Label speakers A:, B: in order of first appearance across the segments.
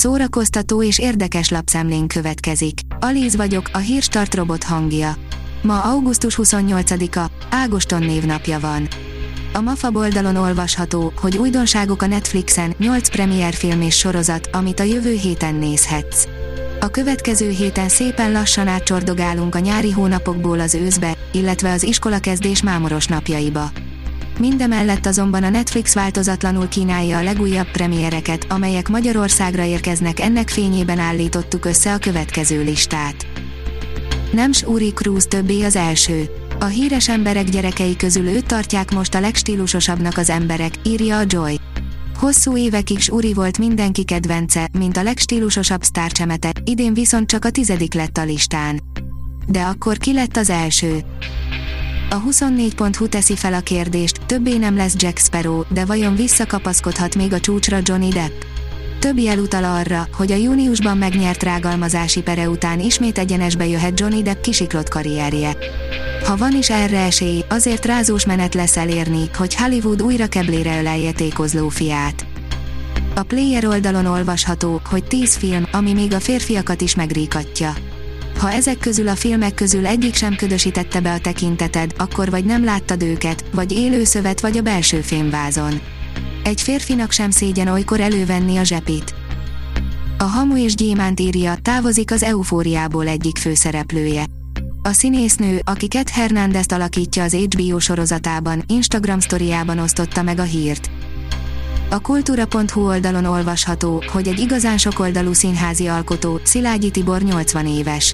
A: szórakoztató és érdekes lapszemlén következik. Alíz vagyok, a Hírstart robot hangja. Ma augusztus 28-a, Ágoston névnapja van. A MAFA oldalon olvasható, hogy újdonságok a Netflixen, 8 premierfilm és sorozat, amit a jövő héten nézhetsz. A következő héten szépen lassan átcsordogálunk a nyári hónapokból az őszbe, illetve az iskolakezdés mámoros napjaiba. Mindemellett azonban a Netflix változatlanul kínálja a legújabb premiereket, amelyek Magyarországra érkeznek, ennek fényében állítottuk össze a következő listát. Nem Suri Cruise többé az első. A híres emberek gyerekei közül őt tartják most a legstílusosabbnak az emberek, írja a Joy. Hosszú évekig Suri volt mindenki kedvence, mint a legstílusosabb sztárcsemete, idén viszont csak a 10. lett a listán. De akkor ki lett az első? A 24.hu teszi fel a kérdést, többé nem lesz Jack Sparrow, de vajon visszakapaszkodhat még a csúcsra Johnny Depp? Több jel utal arra, hogy a júniusban megnyert rágalmazási pere után ismét egyenesbe jöhet Johnny Depp kisiklott karrierje. Ha van is erre esély, azért rázós menet lesz elérni, hogy Hollywood újra keblére ölelje tékozló fiát. A Player oldalon olvasható, hogy 10 film, ami még a férfiakat is megríkatja. Ha ezek közül a filmek közül egyik sem ködösítette be a tekinteted, akkor vagy nem láttad őket, vagy élő szövet vagy a belső fémvázon. Egy férfinak sem szégyen olykor elővenni a zsepit. A Hamu és Gyémánt írja, távozik az Eufóriából egyik főszereplője. A színésznő, aki Kat Hernandez-t alakítja az HBO sorozatában, Instagram sztoriában osztotta meg a hírt. A kultúra.hu oldalon olvasható, hogy egy igazán sokoldalú színházi alkotó, Szilágyi Tibor 80 éves.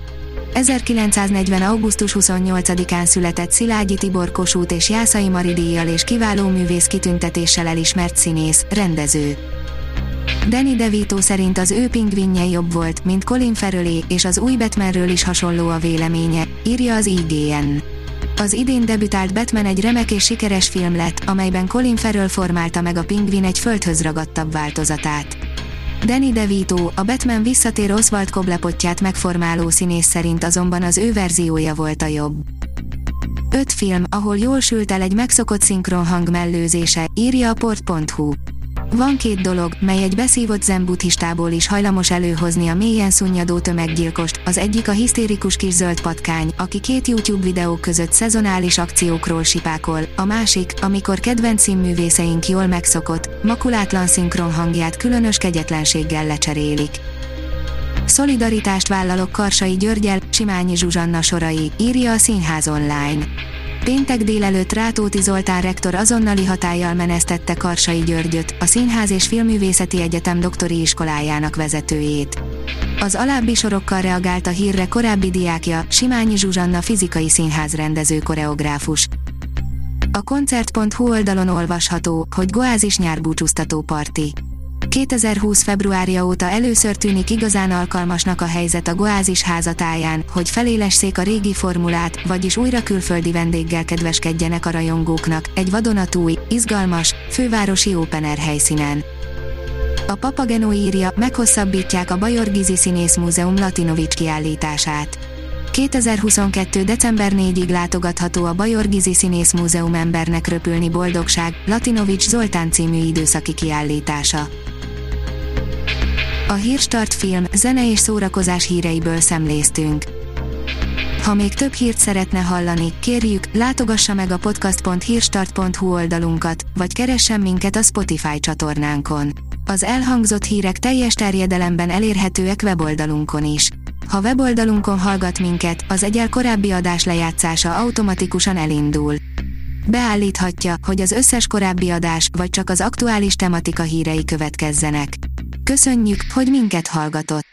A: 1940. augusztus 28-án született Szilágyi Tibor Kossuth és Jászai Mari díjjal és kiváló művész kitüntetéssel elismert színész, rendező. Danny DeVito szerint az ő pingvinje jobb volt, mint Colin Farrellé, és az új Batmanről is hasonló a véleménye, írja az IGN. Az idén debütált Batman egy remek és sikeres film lett, amelyben Colin Farrell formálta meg a pingvin egy földhöz ragadtabb változatát. Danny DeVito, a Batman visszatér Oswald Cobblepotját megformáló színész szerint azonban az ő verziója volt a jobb. 5 film, ahol jól sült el egy megszokott szinkronhang mellőzése, írja a port.hu. Van 2 dolog, mely egy beszívott zen buddhistából is hajlamos előhozni a mélyen szunnyadó tömeggyilkost, az egyik a hisztérikus kis zöld patkány, aki 2 YouTube videó között szezonális akciókról sipákol, a másik, amikor kedvenc színművészeink jól megszokott, makulátlan szinkronhangját különös kegyetlenséggel lecserélik. Szolidaritást vállalok Karsai Györggyel, Simányi Zsuzsanna sorai, írja a Színház online. Péntek délelőtt Rátóti Zoltán rektor azonnali hatállyal menesztette Karsai Györgyöt, a Színház és Filmművészeti Egyetem doktori iskolájának vezetőjét. Az alábbi sorokkal reagált a hírre korábbi diákja, Simányi Zsuzsanna fizikai színházrendező koreográfus. A koncert.hu oldalon olvasható, hogy Goázis nyárbúcsúztató parti. 2020. februárja óta először tűnik igazán alkalmasnak a helyzet a Goázis házatáján, hogy felélesszék a régi formulát, vagyis újra külföldi vendéggel kedveskedjenek a rajongóknak, egy vadonatúj, izgalmas, fővárosi open air helyszínen. A Papageno írja, meghosszabbítják a Bajor Gizi Színészmúzeum Latinovics kiállítását. 2022. december 4-ig látogatható a Bajor Gizi Színészmúzeum Embernek röpülni boldogság, Latinovics Zoltán című időszaki kiállítása. A Hírstart film, zene és szórakozás híreiből szemléztünk. Ha még több hírt szeretne hallani, kérjük, látogassa meg a podcast.hírstart.hu oldalunkat, vagy keressen minket a Spotify csatornánkon. Az elhangzott hírek teljes terjedelemben elérhetőek weboldalunkon is. Ha weboldalunkon hallgat minket, az egyel korábbi adás lejátszása automatikusan elindul. Beállíthatja, hogy az összes korábbi adás, vagy csak az aktuális tematika hírei következzenek. Köszönjük, hogy minket hallgatott!